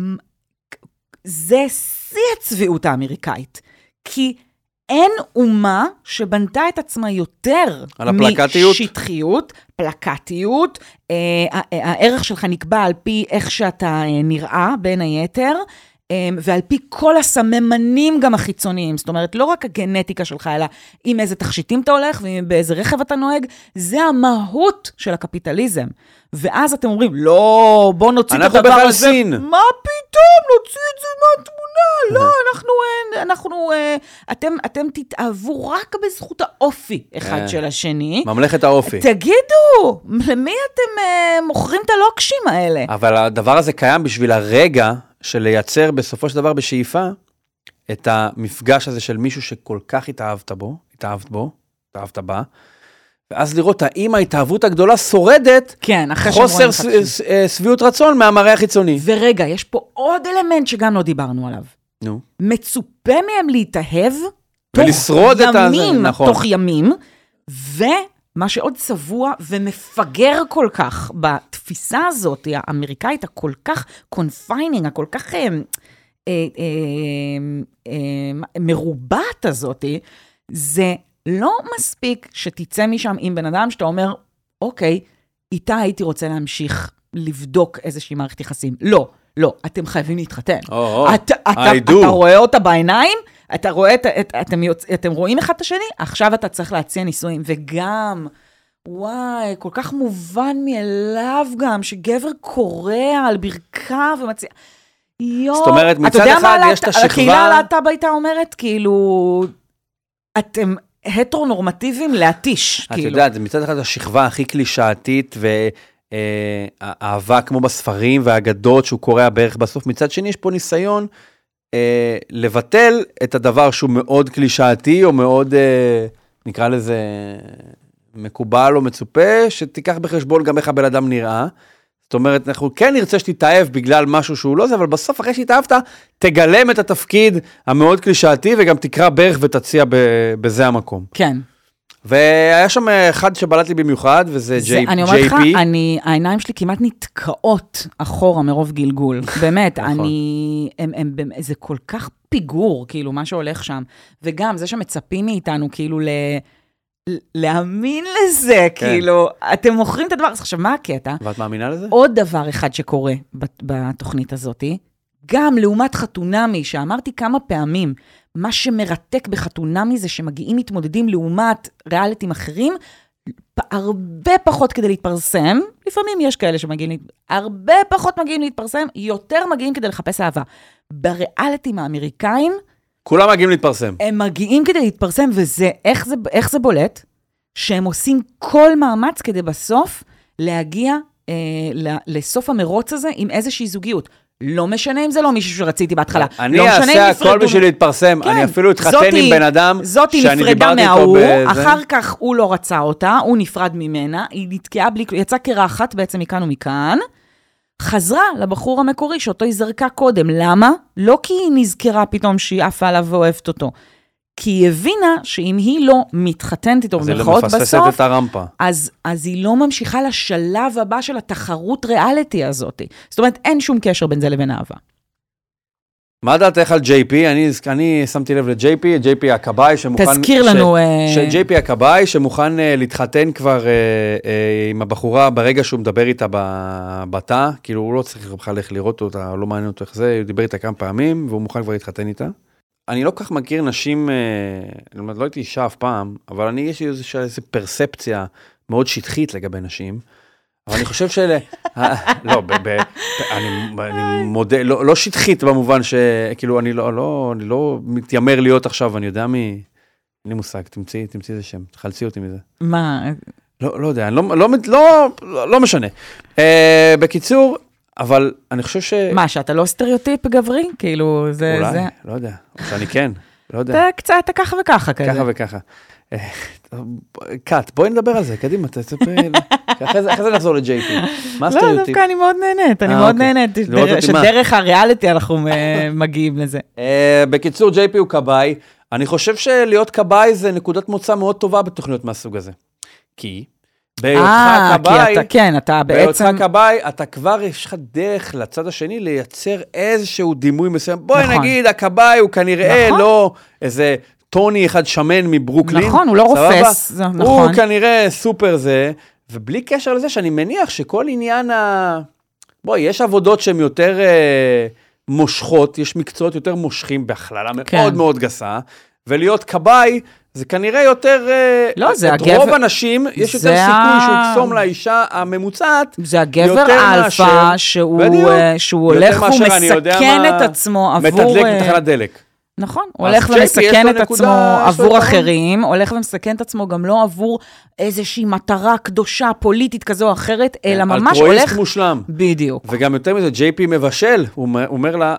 זה שיא הצביעות האמריקאית, כי אין אומה שבנתה את עצמה יותר משטחיות, פלקטיות, הערך שלך נקבע על פי איך שאתה נראה בין היתר, ועל פי כל הסממנים גם החיצוניים, זאת אומרת, לא רק הגנטיקה שלך, אלא עם איזה תכשיטים אתה הולך, ובאיזה רכב אתה נוהג, זה המהות של הקפיטליזם. ואז אתם אומרים, לא, בוא נוציא את הדבר הזה. מה פתאום? נוציא את זה מהתמונה. לא, אתם תתאהבו רק בזכות האופי אחד של השני. ממלכת האופי. תגידו, למי אתם מוכרים את הלוקשים האלה? אבל הדבר הזה קיים בשביל הרגע של לייצר בסופו של דבר בשאיפה, את המפגש הזה של מישהו שכל כך התאהבת בה, ואז לראות האם ההתאהבות הגדולה שורדת, כן, חוסר שביעות רצון מהמראה החיצוני. ורגע, יש פה עוד אלמנט שגם לא דיברנו עליו. נו. מצופה מהם להתאהב, ולשרוד את הזה, נכון. תוך ימים, ומה שעוד צבוע ומפגר כל כך בתפיסה הזאת, האמריקאית הכל כך confining, הכל כך מרובעת הזאת, זה לא מספיק שתצא משם עם בן אדם שאתה אומר, אוקיי, איתה הייתי רוצה להמשיך לבדוק איזושהי מערכת יחסים. לא, אתם חייבים להתחתן. אתה רואה אותה בעיניים, אתם רואים אחד את השני, עכשיו אתה צריך להציע נישואים, וגם, וואי, כל כך מובן מאליו גם, שגבר קורא על ברכיו ומציע, זאת אומרת, מצד אחד יש את השכבה... הקהילה הלהט"ב הייתה אומרת, כאילו, אתם הטרונורמטיביים להתיש. את יודעת, מצד אחד השכבה הכי קלישאתית, והאהבה כמו בספרים והאגדות שהוא קורא בערך בסוף, מצד שני יש פה ניסיון לבטל את הדבר שהוא מאוד קלישאתי, או מאוד, נקרא לזה, מקובל או מצופה, שתיקח בחשבון גם איך הבן אדם נראה. זאת אומרת, אנחנו כן נרצה שתתאהב בגלל משהו שהוא לא זה, אבל בסוף אחרי שהתאהבת, תגלם את התפקיד המאוד קלישאתי, וגם תקרא ברך ותציע בזה המקום. כן. והיה שם אחד שבלט לי במיוחד, וזה JP. אני אומרת לך, העיניים שלי כמעט נתקעות אחורה מרוב גלגול. באמת, זה כל כך פיגור, כאילו, מה שהולך שם. וגם זה שמצפים מאיתנו, כאילו, להאמין לזה, כאילו, אתם מוכרים את הדבר, אז עכשיו, מה הקטע? ואת מאמינה לזה? עוד דבר אחד שקורה בתוכנית הזאת, גם לעומת חתונמי, שאמרתי כמה פעמים, מה שמרתק בחתונמי זה שמגיעים מתמודדים לעומת ריאליטים אחרים, הרבה פחות כדי להתפרסם, לפעמים יש כאלה שמגיעים, הרבה פחות מגיעים להתפרסם, יותר מגיעים כדי לחפש אהבה. בריאליטים האמריקאים, כולם מגיעים להתפרסם. הם מגיעים כדי להתפרסם, וזה, איך זה בולט? שהם עושים כל מאמץ כדי בסוף להגיע לסוף המרוץ הזה עם איזושהי זוגיות. לא משנה אם זה לא מישהו שרציתי בהתחלה. אני אעשה הכל בשביל להתפרסם, אני אפילו אתחתן עם בן אדם שאני דיברתי איתו בזה. אחר כך הוא לא רצה אותה, הוא נפרד ממנה, היא נתקעה בלי, יצא קרחת בעצם מכאן ומכאן, חזרה לבחור המקורי שאותו היא זרקה קודם. למה? לא כי היא נזכרה פתאום שהיא עפה עליו ואוהבת אותו. כי היא הבינה שאם היא לא מתחתנת איתו במרכאות בסוף, אז היא לא ממשיכה לשלב הבא של התחרות ריאליטי הזאת. זאת אומרת, אין שום קשר בין זה לבין אהבה. מה דעתך על JP? אני שמתי לב ל-JP, JP הקבאי שמוכן... תזכיר לנו... JP הקבאי שמוכן להתחתן כבר עם הבחורה ברגע שהוא מדבר איתה בתא, כאילו הוא לא צריך בכלל איך לראות אותה, לא מעניין אותו איך זה, הוא דיבר איתה כמה פעמים, והוא מוכן כבר להתחתן איתה. אני לא כך מכיר נשים, לא הייתי אישה אף פעם, אבל יש לי איזו פרספציה מאוד שטחית לגבי נשים, אבל אני חושב לא, אני מודה, לא שטחית במובן שכאילו אני לא מתיימר להיות עכשיו, אני יודע אין לי מושג, תמציא איזה שם, תחלצי אותי מזה. מה? לא יודע, לא משנה. בקיצור, אבל אני חושב מה, שאתה לא סטריאוטיפ גברי? כאילו, זה... אולי, לא יודע. שאני כן, לא יודע. אתה ככה וככה כזה. ככה וככה. קאט, בואי נדבר על זה, קדימה, אחרי זה נחזור ל-JP. מה הסטריאוטיפ? לא, דווקא אני מאוד נהנית, שדרך הריאליטי אנחנו מגיעים לזה. בקיצור, JP הוא קבאי. אני חושב שלהיות קבאי זה נקודת מוצא מאוד טובה בתוכניות מהסוג הזה. כי... בהיותך קבאי, אתה כבר יש לך דרך לצד השני לייצר איזשהו דימוי מסוים. בואי נגיד, הקבאי הוא כנראה לא איזה טוני אחד שמן מברוקלין. נכון, הוא לא רופס. הוא כנראה סופר זה, ובלי קשר לזה שאני מניח שכל עניין יש עבודות שהן יותר מושכות, יש מקצועות יותר מושכים בהכללה מאוד מאוד גסה, ולהיות קבאי, זה כנראה יותר, רוב הנשים, יש יותר סיכוי שהוא יקסום לאישה הממוצעת, זה הגבר אלפא, שהוא הולך ומסכן את עצמו עבור... מתדלק בתחנת דלק. נכון, הוא הולך ומסכן את עצמו עבור אחרים, הולך ומסכן את עצמו גם לא עבור איזושהי מטרה קדושה, פוליטית כזו או אחרת, אלא ממש הולך... אלטרואיסט מושלם. בדיוק. וגם יותר מזה, JP מבשל, הוא אומר לה,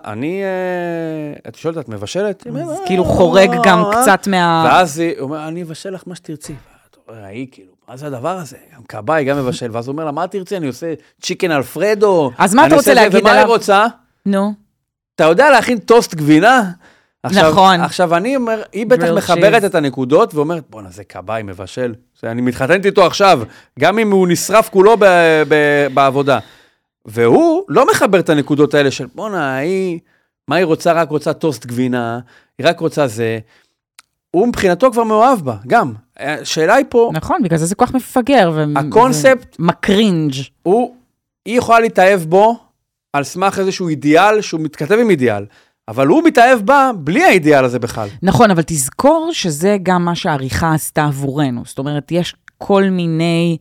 את שואלת, את מבשלת? כאילו חורג גם קצת מה... ואז הוא אומר, אני אבשל לך מה שתרצי. ראי, כאילו, מה זה הדבר הזה? גם קבאי, גם מבשל. ואז הוא אומר לה, מה תרצי? אני עושה צ'יקן אלפרדו. אז מה אתה רוצה להגיד ומה היא רוצה? נו. אתה יודע להכין טוסט גבינה? נכון. עכשיו אני אומר, היא בטח מחברת את הנקודות, ואומרת, בוא'נה, זה קבאי, מבשל. אני מתחתנת איתו עכשיו, גם אם הוא נשרף כולו בעבודה. והוא לא מחבר את הנקודות האלה של, בוא'נה, מה היא רוצה? רק רוצה טוסט גבינה, היא רק רוצה זה. הוא מבחינתו כבר מאוהב בה, גם. השאלה היא פה... נכון, בגלל זה כל כך מפגר. הקונספט... מקרינג'. היא יכולה להתאהב בו, על סמך איזשהו אידיאל, שהוא מתכתב עם אידיאל. אבל הוא מתאהב בה בלי האידיאל הזה בכלל. נכון, אבל תזכור שזה גם מה שהעריכה עשתה עבורנו. זאת אומרת, יש כל מיני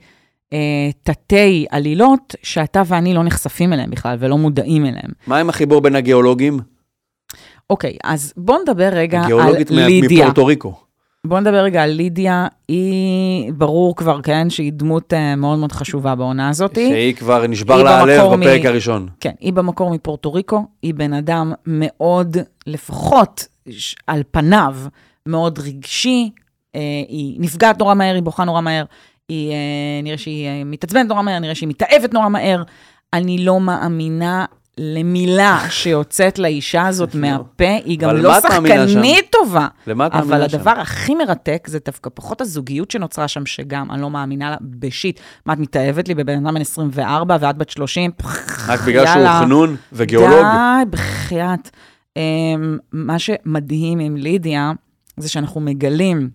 תתי עלילות שאתה ואני לא נחשפים אליהם בכלל ולא מודעים אליהם. מה עם החיבור בין הגיאולוגים? אוקיי, אז בוא נדבר רגע על לידיה. גיאולוגית מפורטו ריקו. בוא נדבר רגע על לידיה, היא ברור כבר, כן, שהיא דמות מאוד מאוד חשובה בעונה הזאת. שהיא כבר נשבר לה הלב בפרק הראשון. כן, היא במקור מפורטו ריקו, היא בן אדם מאוד, לפחות על פניו, מאוד רגשי, היא נפגעת נורא מהר, היא בוכה נורא מהר, נראה שהיא מתעצבנת נורא מהר, נראה שהיא מתאהבת נורא מהר, אני לא מאמינה למילה שיוצאת לאישה הזאת מהפה, היא גם לא שחקנית טובה. אבל הדבר הכי מרתק, זה דווקא פחות הזוגיות שנוצרה שם, שגם אני לא מאמינה לה בשיט. מה, את מתאהבת לי בבן אדם בן 24 ועד בת 30? רק בגלל שהוא חנון וגיאולוג? די, בחייאת. מה שמדהים עם לידיה, זה שאנחנו מגלים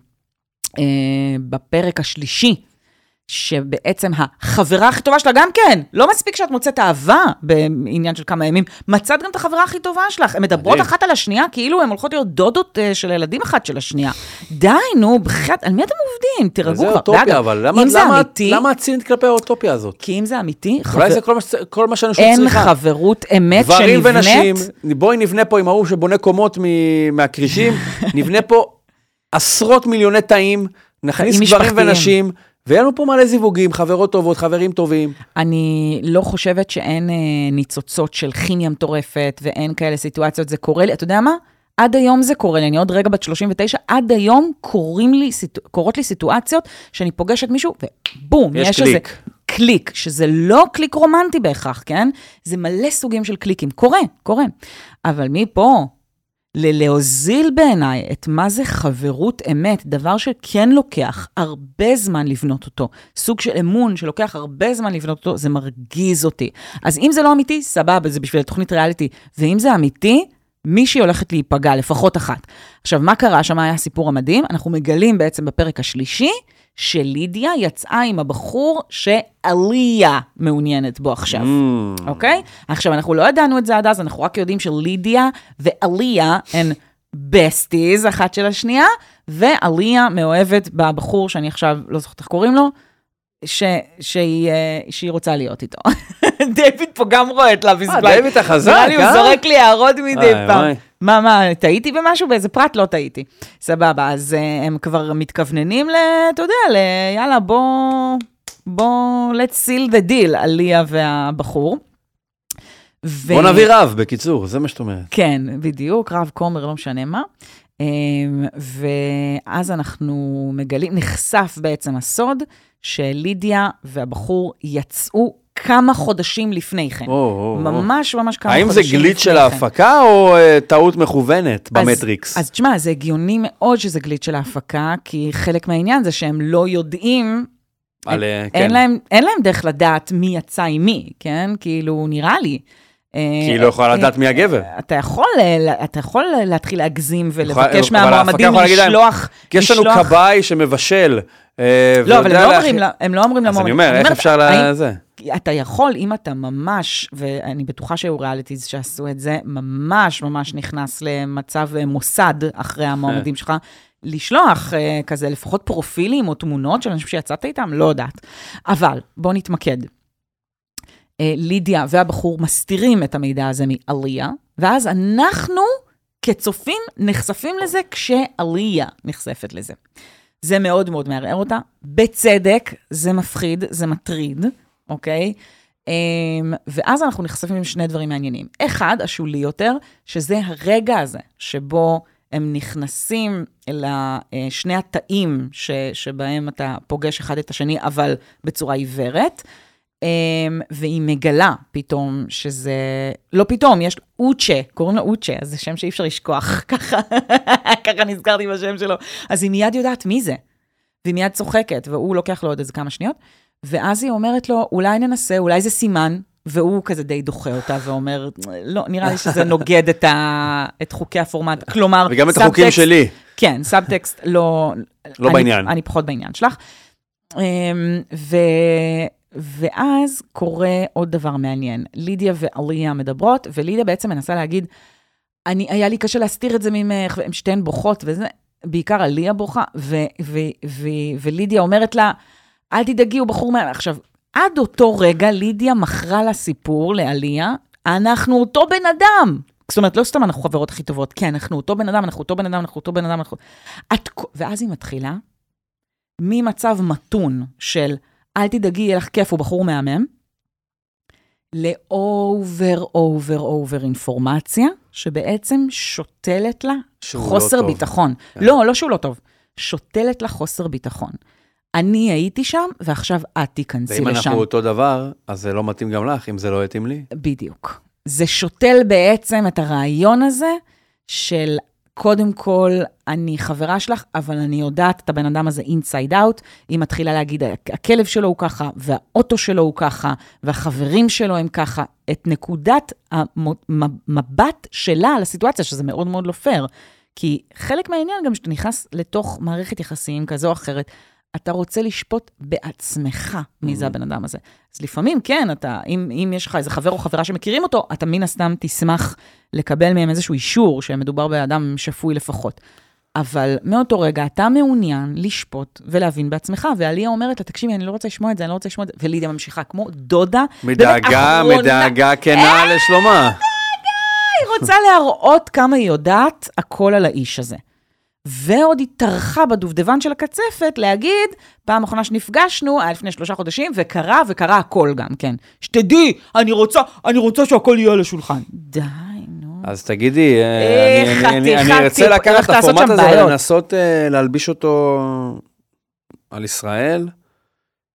בפרק השלישי, שבעצם החברה הכי טובה שלה גם כן, לא מספיק שאת מוצאת אהבה בעניין של כמה ימים, מצאת גם את החברה הכי טובה שלך, הן מדברות אחת על השנייה, כאילו הן הולכות להיות דודות של ילדים אחת של השנייה. די, נו, בחייאת, על מי אתם עובדים? תירגעו כבר. זה אוטופיה, אבל למה הצינית כלפי האוטופיה הזאת? כי אם זה אמיתי, אולי זה כל מה שאנשים אין צריכה. אין חברות אמת שנבנית. גברים ונשים, בואי נבנה פה עם ההוא שבונה קומות מהקרישים, נבנה פה עשרות מיליוני תאים, נכניס גברים ונשים, ויהיה לנו פה מלא זיווגים, חברות טובות, חברים טובים. אני לא חושבת שאין ניצוצות של כימיה מטורפת, ואין כאלה סיטואציות, זה קורה לי, אתה יודע מה? עד היום זה קורה לי, אני עוד רגע בת 39, עד היום קורות לי סיטואציות, שאני פוגשת מישהו, ובום, יש קליק. קליק, שזה לא קליק רומנטי בהכרח, כן? זה מלא סוגים של קליקים, קורה. אבל מפה, להוזיל בעיניי את מה זה חברות אמת, דבר שכן לוקח הרבה זמן לבנות אותו, סוג של אמון שלוקח הרבה זמן לבנות אותו, זה מרגיז אותי. אז אם זה לא אמיתי, סבבה, זה בשביל תוכנית ריאליטי, ואם זה אמיתי, מישהי הולכת להיפגע, לפחות אחת. עכשיו, מה קרה? שם היה הסיפור המדהים, אנחנו מגלים בעצם בפרק השלישי, שלידיה יצאה עם הבחור שעליה מעוניינת בו עכשיו, אוקיי? עכשיו, אנחנו לא ידענו את זה עד אז, אנחנו רק יודעים שלידיה ועליה הן בסטיז, אחת של השנייה, ועליה מאוהבת בבחור שאני עכשיו לא זוכרת איך קוראים לו, שהיא רוצה להיות איתו. דיוויד פה גם רואה את לביס בליינד. דיוויד החזק, נראה לי, הוא זורק לי הערות מדי פעם. מה, טעיתי במשהו? באיזה פרט לא טעיתי. סבבה, אז הם כבר מתכווננים אתה יודע, יאללה, בוא, let's seal the deal, עליה והבחור. בוא נביא רב, בקיצור, זה מה שאת אומרת. כן, בדיוק, רב קומר, לא משנה מה. ואז אנחנו מגלים, נחשף בעצם הסוד, שלידיה והבחור יצאו כמה חודשים לפני כן. ממש כמה חודשים לפני כן. האם זה גליץ' של ההפקה או טעות מכוונת במטריקס? אז תשמע, זה הגיוני מאוד שזה גליץ' של ההפקה, כי חלק מהעניין זה שהם לא יודעים, אין להם דרך לדעת מי יצא עם מי, כן? כאילו, נראה לי. כי היא לא יכולה לדעת מי הגבר. אתה יכול להתחיל להגזים ולבקש מהמועמדים לשלוח. כי יש לנו קבאי שמבשל. לא, אבל הם לא אומרים למועמדים. אז אני אומר, איך אפשר לזה? אתה יכול, אם אתה ממש, ואני בטוחה שהיו ריאליטיז שעשו את זה, ממש נכנס למצב מוסד אחרי המועמדים שלך, לשלוח כזה לפחות פרופילים או תמונות של אנשים שיצאת איתם, לא יודעת. אבל בוא נתמקד. לידיה והבחור מסתירים את המידע הזה מעליה, ואז אנחנו כצופים נחשפים לזה כשעליה נחשפת לזה. זה מאוד מאוד מערער אותה. בצדק, זה מפחיד, זה מטריד, אוקיי? ואז אנחנו נחשפים עם שני דברים מעניינים. אחד, השולי יותר, שזה הרגע הזה, שבו הם נכנסים אל שני התאים שבהם אתה פוגש אחד את השני, אבל בצורה עיוורת, והיא מגלה פתאום שזה, לא פתאום, יש אוצ'ה, קוראים לו אוצ'ה, אז זה שם שאי אפשר לשכוח, ככה נזכרתי בשם שלו, אז היא מיד יודעת מי זה, והיא מיד צוחקת, והוא לוקח לו עוד איזה כמה שניות, ואז היא אומרת לו, אולי ננסה, אולי זה סימן, והוא כזה די דוחה אותה, ואומר, לא, נראה לי שזה נוגד את חוקי הפורמט, כלומר, וגם את החוקים שלי. כן, סאבטקסט לא בעניין. אני פחות בעניין שלך, ואז קורה עוד דבר מעניין. לידיה ועליה מדברות, ולידיה בעצם מנסה להגיד, היה לי קשה להסתיר את זה ממך, והן שתיהן בוכות, וזה, בעיקר עליה בוכה, ולידיה אומרת לה, אל תדאגי, הוא בחור מה... עכשיו, עד אותו רגע, לידיה מכרה לסיפור, לעליה, אנחנו אותו בן אדם. זאת אומרת, לא סתם אנחנו חברות הכי טובות, כן, אנחנו אותו בן אדם, אנחנו אותו בן אדם, אנחנו אותו בן אדם, ואז היא מתחילה, ממצב מתון של, אל תדאגי, יהיה לך כיף, הוא בחור מהמם, לאובר אינפורמציה, שבעצם שותלת לה חוסר ביטחון. לא שהוא לא טוב, שותלת לה חוסר ביטחון. אני הייתי שם, ועכשיו את תיכנסי לשם. ואם אנחנו אותו דבר, אז זה לא מתאים גם לך, אם זה לא יתאים לי. בדיוק. זה שותל בעצם את הרעיון הזה, של קודם כל, אני חברה שלך, אבל אני יודעת את הבן אדם הזה inside out, היא מתחילה להגיד, הכלב שלו הוא ככה, והאוטו שלו הוא ככה, והחברים שלו הם ככה, את נקודת המבט שלה על הסיטואציה, שזה מאוד מאוד לא פייר, כי חלק מהעניין גם שאתה נכנס לתוך מערכת יחסיים כזו או אחרת, אתה רוצה לשפוט בעצמך מי זה הבן אדם הזה. אז לפעמים, כן, אם יש לך איזה חבר או חברה שמכירים אותו, אתה מן הסתם תשמח לקבל מהם איזשהו אישור שמדובר באדם שפוי לפחות. אבל מאותו רגע אתה מעוניין לשפוט ולהבין בעצמך, ועליה אומרת לה, תקשיבי, אני לא רוצה לשמוע את זה, ולידיה ממשיכה כמו דודה. מדאגה כנה לשלומה. היא רוצה להראות כמה היא יודעת הכל על האיש הזה. ועוד היא טרחה בדובדבן של הקצפת להגיד, פעם אחרונה שנפגשנו, היה לפני 3 חודשים, וקרה הכל גם, כן. שתדעי, אני רוצה שהכל יהיה על השולחן. די, נו. אז תגידי, אני ארצה לקחת את הפורמט הזה ולנסות להלביש אותו על ישראל,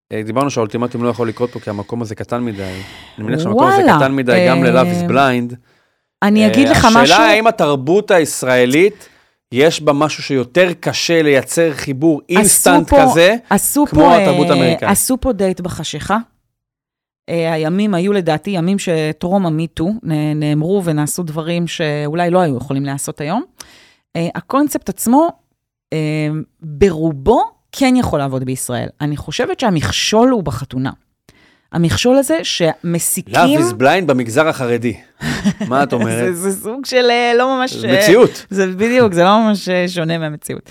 דיברנו שהאולטימטום לא יכול לקרות פה, כי המקום הזה קטן מדי. אני מניח שהמקום הזה קטן מדי, גם ל-Love is Blind. אני אגיד לך משהו... השאלה האם התרבות הישראלית, יש בה משהו שיותר קשה לייצר חיבור אינסטנט כזה, כמו התרבות האמריקאית. עשו פה דייט בחשיכה. הימים היו לדעתי ימים שטרום המיטו, נאמרו ונעשו דברים שאולי לא היו יכולים לעשות היום. הקונספט עצמו, ברובו, כן יכול לעבוד בישראל. אני חושבת שהמכשול הוא בחתונה. המכשול הזה שמסיקים... Love is blind במגזר החרדי. מה את אומרת? זה סוג של לא ממש... מציאות. זה בדיוק, זה לא ממש שונה מהמציאות.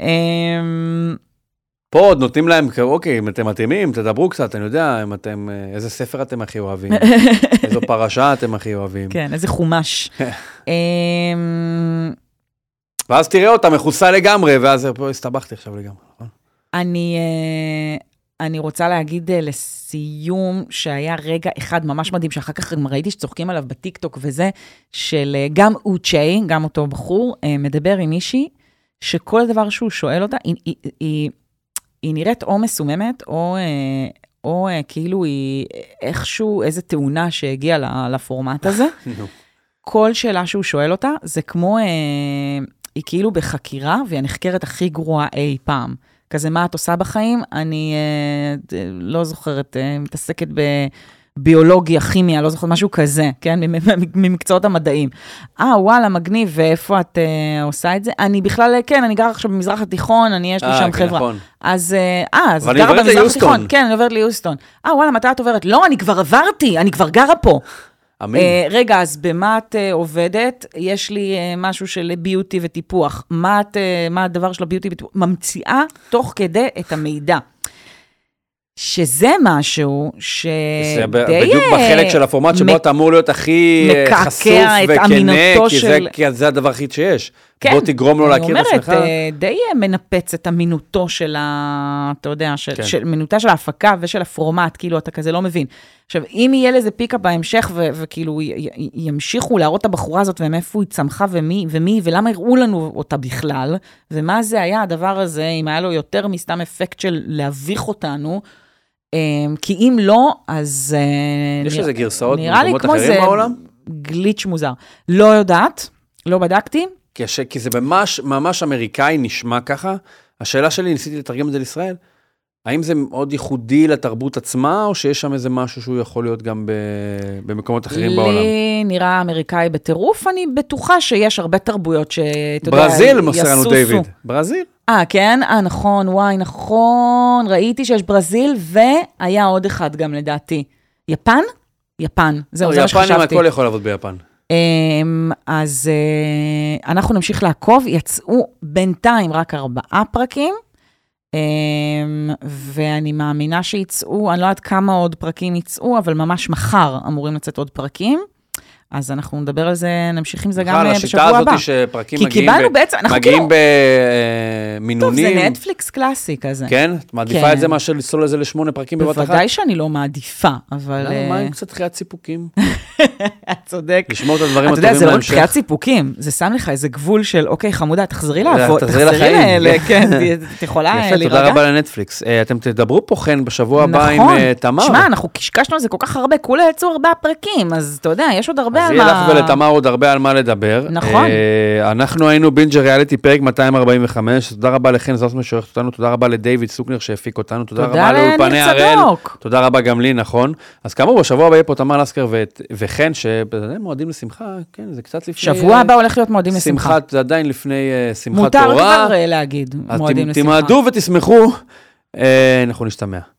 פה עוד נותנים להם, אוקיי, אם אתם מתאימים, תדברו קצת, אני יודע, איזה ספר אתם הכי אוהבים, איזו פרשה אתם הכי אוהבים. כן, איזה חומש. ואז תראה אותה מכוסה לגמרי, ואז פה הסתבכתי עכשיו לגמרי, נכון? אני רוצה להגיד לסיום שהיה רגע אחד ממש מדהים, שאחר כך ראיתי שצוחקים עליו בטיקטוק וזה, של גם אוצ'יי, גם אותו בחור, מדבר עם מישהי, שכל דבר שהוא שואל אותה, היא נראית או מסוממת, או כאילו היא איכשהו איזו תאונה שהגיעה לפורמט הזה. כל שאלה שהוא שואל אותה, זה כמו, היא כאילו בחקירה, והיא הנחקרת הכי גרועה אי פעם. כזה, מה את עושה בחיים? אני לא זוכרת, מתעסקת בביולוגיה, כימיה, לא זוכרת, משהו כזה, כן? ממקצועות המדעים. וואלה, מגניב, ואיפה את עושה את זה? אני בכלל, כן, אני גר עכשיו במזרח התיכון, יש לי שם חברה. נכון. אז גרה במזרח התיכון. כן, אני עוברת ליוסטון. וואלה, מתי את עוברת? לא, אני כבר עברתי, אני כבר גרה פה. רגע, אז במה את עובדת? יש לי משהו של ביוטי וטיפוח. מה הדבר של הביוטי וטיפוח? ממציאה תוך כדי את המידע. שזה משהו שדי... בדיוק בחלק של הפורמט שבו אתה אמור להיות הכי חשוף וכנה, כי זה הדבר הכי שיש. בוא תגרום לו להכיר את עצמך. אני אומרת, די מנפץ את אמינותו של אתה יודע, אמינותה של ההפקה ושל הפורמט, כאילו אתה כזה לא מבין. עכשיו, אם יהיה לזה פיקה בהמשך, וכאילו ימשיכו להראות את הבחורה הזאת, ומאיפה היא צמחה ומי, ולמה הראו לנו אותה בכלל, ומה זה היה הדבר הזה, אם היה לו יותר מסתם אפקט של להביך אותנו, כי אם לא, אז... יש איזה גרסאות במקומות אחרים בעולם? גליץ' מוזר. לא יודעת, לא בדקתי. כי זה ממש אמריקאי נשמע ככה. השאלה שלי, ניסיתי לתרגם את זה לישראל, האם זה מאוד ייחודי לתרבות עצמה, או שיש שם איזה משהו שהוא יכול להיות גם במקומות אחרים בעולם? לי נראה אמריקאי בטירוף, אני בטוחה שיש הרבה תרבויות שאתה יודע, ברזיל מוסר לנו דיוויד. ברזיל? כן, נכון, וואי, נכון, ראיתי שיש ברזיל, והיה עוד אחד גם לדעתי. יפן? יפן, זהו, זה מה שחשבתי. יפן, הכל יכול לעבוד ביפן. אז אנחנו נמשיך לעקוב, יצאו בינתיים רק 4 פרקים, ואני מאמינה שיצאו, אני לא יודעת כמה עוד פרקים יצאו, אבל ממש מחר אמורים לצאת עוד פרקים, אז אנחנו נדבר על זה, נמשיך עם זה גם בשבוע הבא. השיטה הזאת היא שפרקים מגיעים במינונים. טוב, זה נטפליקס קלאסי כזה. כן? את מעדיפה את זה מאשר לסלול לזה ל8 פרקים בבת אחת? בוודאי שאני לא מעדיפה, אבל... מה עם קצת דחיית סיפוקים? את צודק. לשמור את הדברים אתה הטובים יודע, זה לא להמשך. דחיית סיפוקים, זה שם לך איזה גבול של, אוקיי, חמודה, תחזרי לעבוד, תחזרי לחיים. כן, את יכולה להירגע. יפה, תודה רבה לנטפליקס. אתם תדברו פה חן בשבוע הבא עם תמר. שמע, אנחנו קשקשנו על זה כל כך הרבה, כולה יצאו 4 פרקים, אז אתה יודע, יש עוד הרבה על מה... ולתמר עוד הרבה על מה לדבר. נכון. אנחנו היינו בינג'ר ריאליטי פרק 245, תודה רבה לכן, זוסמן שעורכת אותנו, תודה רבה לדיוויד סוקנר שהפיק אותנו, תודה רבה לאולפני הראל, תודה רבה גם לי, נכון. אז כאמור, בשבוע הבא יהיה פה תמר לסקר וחן, שמועדים לשמחה, כן, זה קצת לפני... שבוע הבא הולך להיות מועדים לשמחה. זה עדיין לפני שמחת תורה. מותר כבר להגיד, מועדים לשמחה. תמעדו ותשמחו, אנחנו נשתמע.